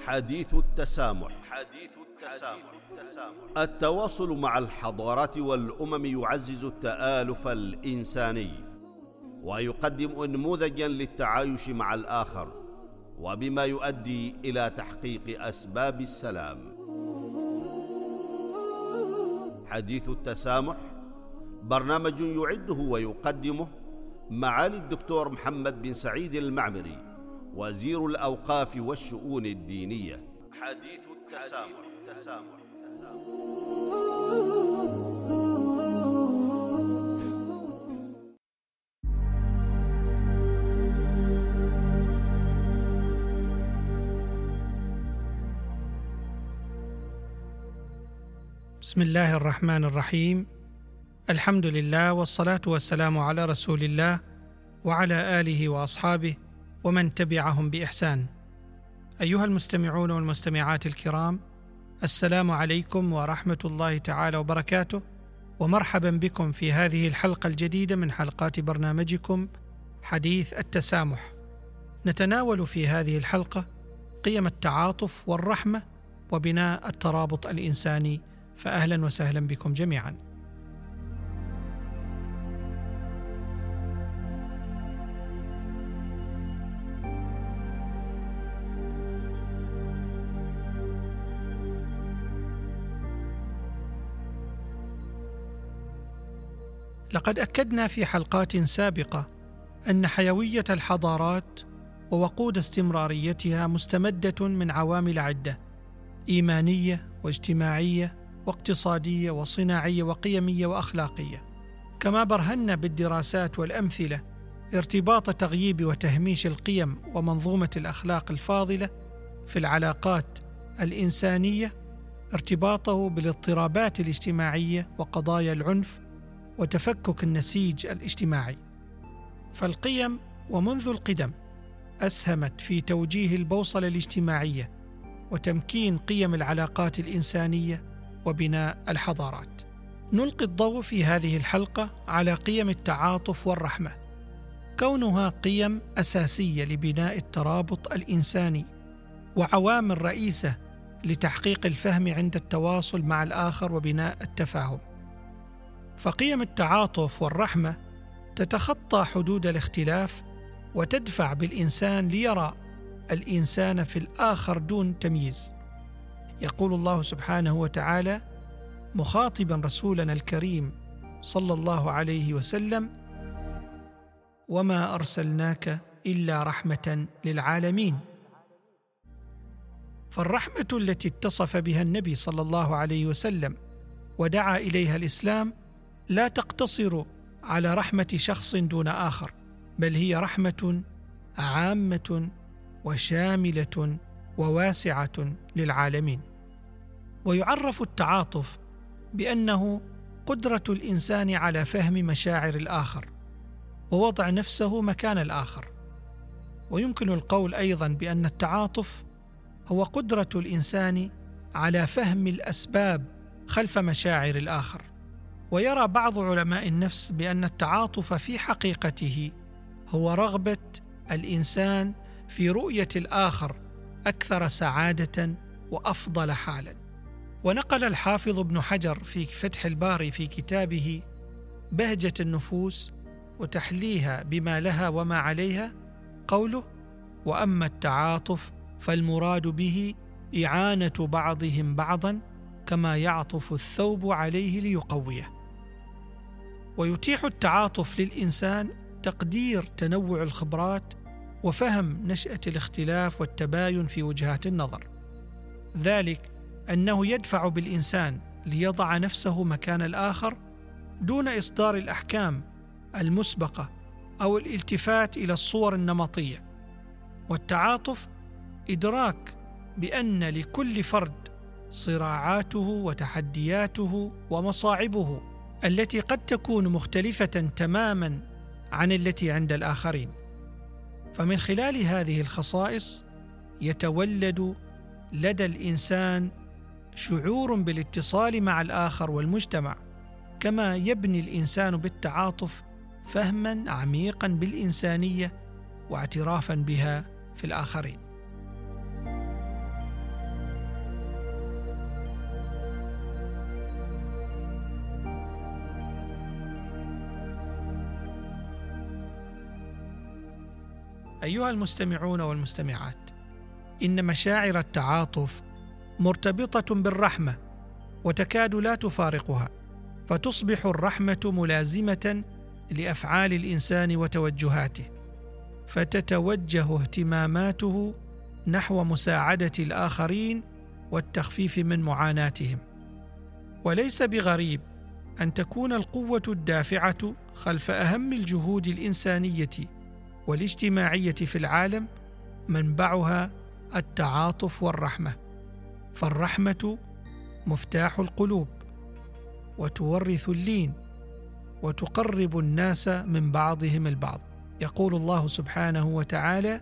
حديث التسامح. التواصل مع الحضارات والأمم يعزز التآلف الإنساني ويقدم نموذجا للتعايش مع الآخر، وبما يؤدي إلى تحقيق أسباب السلام. حديث التسامح برنامج يعده ويقدمه معالي الدكتور محمد بن سعيد المعمري، وزير الأوقاف والشؤون الدينية. حديث التسامح. بسم الله الرحمن الرحيم. الحمد لله والصلاة والسلام على رسول الله وعلى آله وأصحابه ومن تبعهم بإحسان. أيها المستمعون والمستمعات الكرام، السلام عليكم ورحمة الله تعالى وبركاته، ومرحبا بكم في هذه الحلقة الجديدة من حلقات برنامجكم حديث التسامح. نتناول في هذه الحلقة قيم التعاطف والرحمة وبناء الترابط الإنساني، فأهلا وسهلا بكم جميعا. لقد أكدنا في حلقات سابقة أن حيوية الحضارات ووقود استمراريتها مستمدة من عوامل عدة: إيمانية واجتماعية واقتصادية وصناعية وقيمية وأخلاقية. كما برهنا بالدراسات والأمثلة ارتباط تغييب وتهميش القيم ومنظومة الأخلاق الفاضلة في العلاقات الإنسانية ارتباطه بالاضطرابات الاجتماعية وقضايا العنف وتفكك النسيج الاجتماعي. فالقيم ومنذ القدم أسهمت في توجيه البوصلة الاجتماعية وتمكين قيم العلاقات الإنسانية وبناء الحضارات. نلقي الضوء في هذه الحلقة على قيم التعاطف والرحمة، كونها قيم أساسية لبناء الترابط الإنساني وعوامل رئيسة لتحقيق الفهم عند التواصل مع الآخر وبناء التفاهم. فقيم التعاطف والرحمة تتخطى حدود الاختلاف وتدفع بالإنسان ليرى الإنسان في الآخر دون تمييز. يقول الله سبحانه وتعالى مخاطبا رسولنا الكريم صلى الله عليه وسلم: وما أرسلناك إلا رحمة للعالمين. فالرحمة التي اتصف بها النبي صلى الله عليه وسلم ودعا إليها الإسلام لا تقتصر على رحمة شخص دون آخر، بل هي رحمة عامة وشاملة وواسعة للعالمين. ويعرف التعاطف بأنه قدرة الإنسان على فهم مشاعر الآخر ووضع نفسه مكان الآخر. ويمكن القول أيضا بأن التعاطف هو قدرة الإنسان على فهم الأسباب خلف مشاعر الآخر. ويرى بعض علماء النفس بأن التعاطف في حقيقته هو رغبة الإنسان في رؤية الآخر أكثر سعادة وأفضل حالا. ونقل الحافظ ابن حجر في فتح الباري في كتابه بهجة النفوس وتحليها بما لها وما عليها قوله: وأما التعاطف فالمراد به إعانة بعضهم بعضا كما يعطف الثوب عليه ليقويه. ويتيح التعاطف للإنسان تقدير تنوع الخبرات وفهم نشأة الاختلاف والتباين في وجهات النظر. ذلك أنه يدفع بالإنسان ليضع نفسه مكان الآخر دون إصدار الأحكام المسبقة أو الالتفات إلى الصور النمطية. والتعاطف إدراك بأن لكل فرد صراعاته وتحدياته ومصاعبه التي قد تكون مختلفة تماما عن التي عند الآخرين. فمن خلال هذه الخصائص يتولد لدى الإنسان شعور بالاتصال مع الآخر والمجتمع، كما يبني الإنسان بالتعاطف فهما عميقا بالإنسانية واعترافا بها في الآخرين. أيها المستمعون والمستمعات، إن مشاعر التعاطف مرتبطة بالرحمة وتكاد لا تفارقها، فتصبح الرحمة ملازمة لأفعال الإنسان وتوجهاته، فتتوجه اهتماماته نحو مساعدة الآخرين والتخفيف من معاناتهم. وليس بغريب أن تكون القوة الدافعة خلف أهم الجهود الإنسانية والاجتماعية في العالم منبعها التعاطف والرحمة، فالرحمة مفتاح القلوب، وتورث اللين، وتقرب الناس من بعضهم البعض. يقول الله سبحانه وتعالى: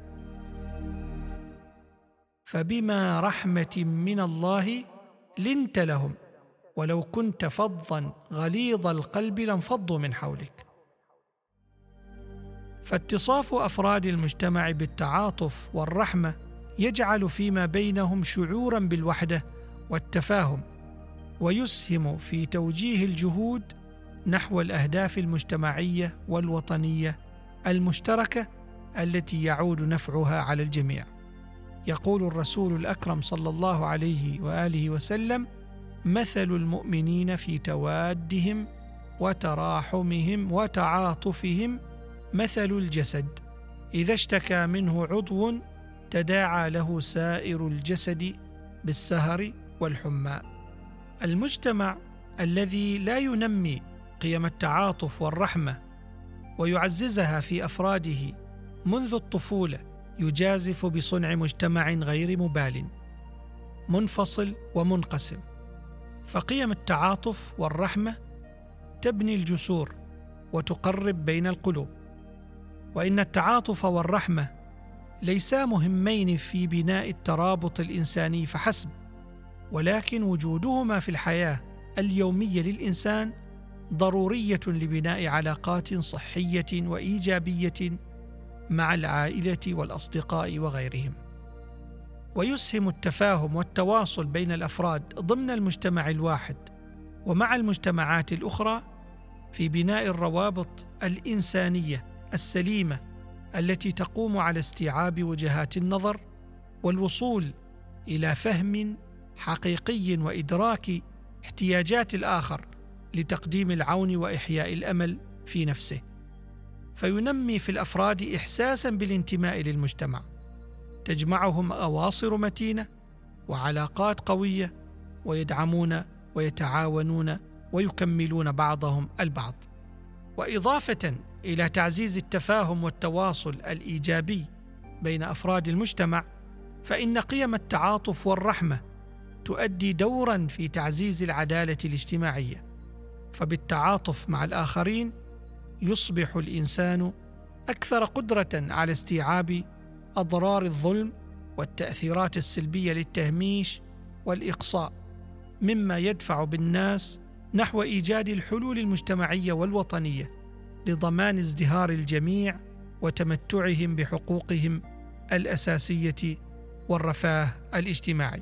فبما رحمة من الله لنت لهم ولو كنت فظا غليظ القلب لانفضوا من حولك. فاتصاف أفراد المجتمع بالتعاطف والرحمة يجعل فيما بينهم شعورا بالوحدة والتفاهم، ويسهم في توجيه الجهود نحو الأهداف المجتمعية والوطنية المشتركة التي يعود نفعها على الجميع. يقول الرسول الأكرم صلى الله عليه وآله وسلم: مثل المؤمنين في توادهم وتراحمهم وتعاطفهم مثل الجسد إذا اشتكى منه عضو تداعى له سائر الجسد بالسهر والحمى. المجتمع الذي لا ينمي قيم التعاطف والرحمة ويعززها في أفراده منذ الطفولة يجازف بصنع مجتمع غير مبال، منفصل ومنقسم. فقيم التعاطف والرحمة تبني الجسور وتقرب بين القلوب. وإن التعاطف والرحمة ليسا مهمين في بناء الترابط الإنساني فحسب، ولكن وجودهما في الحياة اليومية للإنسان ضرورية لبناء علاقات صحية وإيجابية مع العائلة والأصدقاء وغيرهم. ويسهم التفاهم والتواصل بين الأفراد ضمن المجتمع الواحد ومع المجتمعات الأخرى في بناء الروابط الإنسانية السليمة التي تقوم على استيعاب وجهات النظر والوصول إلى فهم حقيقي وإدراك احتياجات الآخر لتقديم العون وإحياء الأمل في نفسه، فينمي في الأفراد إحساسا بالانتماء للمجتمع، تجمعهم أواصر متينة وعلاقات قوية، ويدعمون ويتعاونون ويكملون بعضهم البعض. وإضافة إلى تعزيز التفاهم والتواصل الإيجابي بين أفراد المجتمع، فإن قيم التعاطف والرحمة تؤدي دورا في تعزيز العدالة الاجتماعية، فبالتعاطف مع الآخرين يصبح الإنسان أكثر قدرة على استيعاب أضرار الظلم والتأثيرات السلبية للتهميش والإقصاء، مما يدفع بالناس نحو إيجاد الحلول المجتمعية والوطنية لضمان ازدهار الجميع وتمتعهم بحقوقهم الأساسية والرفاه الاجتماعي.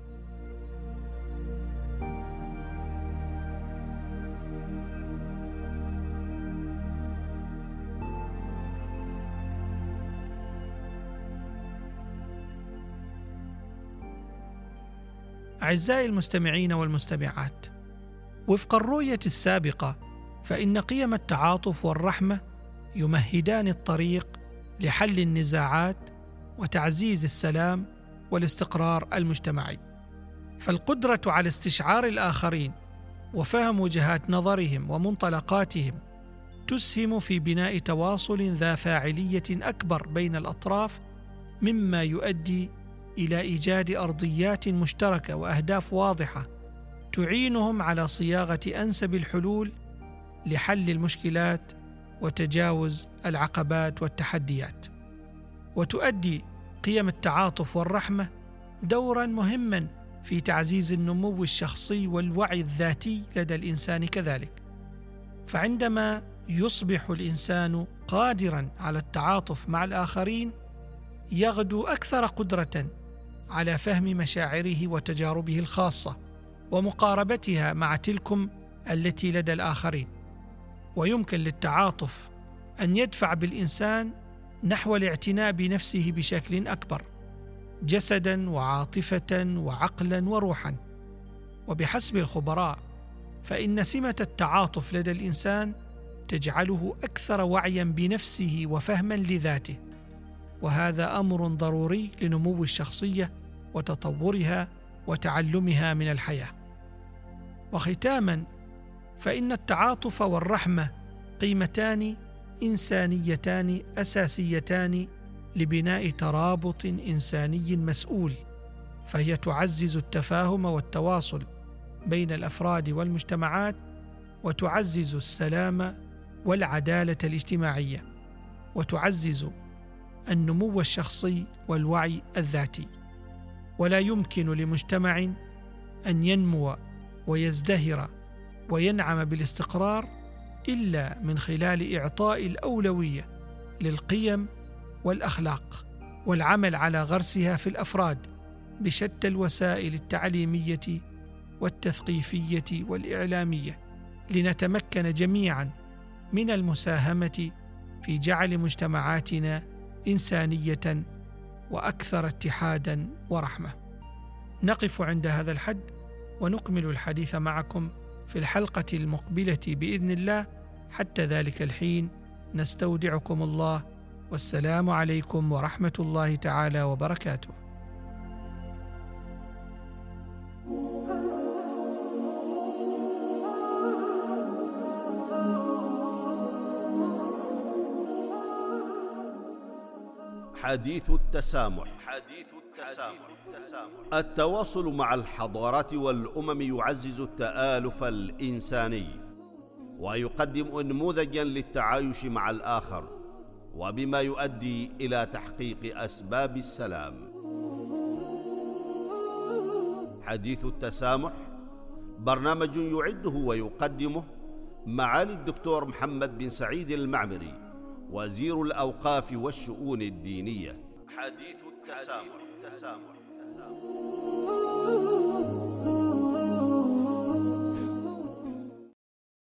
أعزائي المستمعين والمستمعات، وفق الرؤية السابقة، فإن قيم التعاطف والرحمة يمهدان الطريق لحل النزاعات وتعزيز السلام والاستقرار المجتمعي. فالقدرة على استشعار الآخرين وفهم وجهات نظرهم ومنطلقاتهم تسهم في بناء تواصل ذا فاعلية أكبر بين الأطراف، مما يؤدي إلى إيجاد أرضيات مشتركة وأهداف واضحة تعينهم على صياغة أنسب الحلول لحل المشكلات وتجاوز العقبات والتحديات. وتؤدي قيم التعاطف والرحمة دورا مهما في تعزيز النمو الشخصي والوعي الذاتي لدى الإنسان كذلك. فعندما يصبح الإنسان قادرا على التعاطف مع الآخرين، يغدو أكثر قدرة على فهم مشاعره وتجاربه الخاصة ومقاربتها مع تلكم التي لدى الآخرين. ويمكن للتعاطف أن يدفع بالإنسان نحو الاعتناء بنفسه بشكل أكبر، جسداً وعاطفة وعقلاً وروحاً. وبحسب الخبراء فإن سمة التعاطف لدى الإنسان تجعله أكثر وعياً بنفسه وفهماً لذاته، وهذا أمر ضروري لنمو الشخصية وتطورها وتعلمها من الحياة. وختاماً، فإن التعاطف والرحمة قيمتان إنسانيتان أساسيتان لبناء ترابط إنساني مسؤول، فهي تعزز التفاهم والتواصل بين الأفراد والمجتمعات، وتعزز السلام والعدالة الاجتماعية، وتعزز النمو الشخصي والوعي الذاتي. ولا يمكن لمجتمع أن ينمو ويزدهر وينعم بالاستقرار إلا من خلال إعطاء الأولوية للقيم والأخلاق، والعمل على غرسها في الأفراد بشتى الوسائل التعليمية والتثقيفية والإعلامية، لنتمكن جميعاً من المساهمة في جعل مجتمعاتنا إنسانية وأكثر اتحاداً ورحمة. نقف عند هذا الحد ونكمل الحديث معكم في الحلقة المقبلة بإذن الله. حتى ذلك الحين نستودعكم الله، والسلام عليكم ورحمة الله تعالى وبركاته. حديث التسامح. التواصل مع الحضارات والأمم يعزز التآلف الإنساني، ويقدم نموذجاً للتعايش مع الآخر، وبما يؤدي إلى تحقيق أسباب السلام. حديث التسامح برنامج يعده ويقدمه معالي الدكتور محمد بن سعيد المعمري، وزير الأوقاف والشؤون الدينية. حديث التسامح.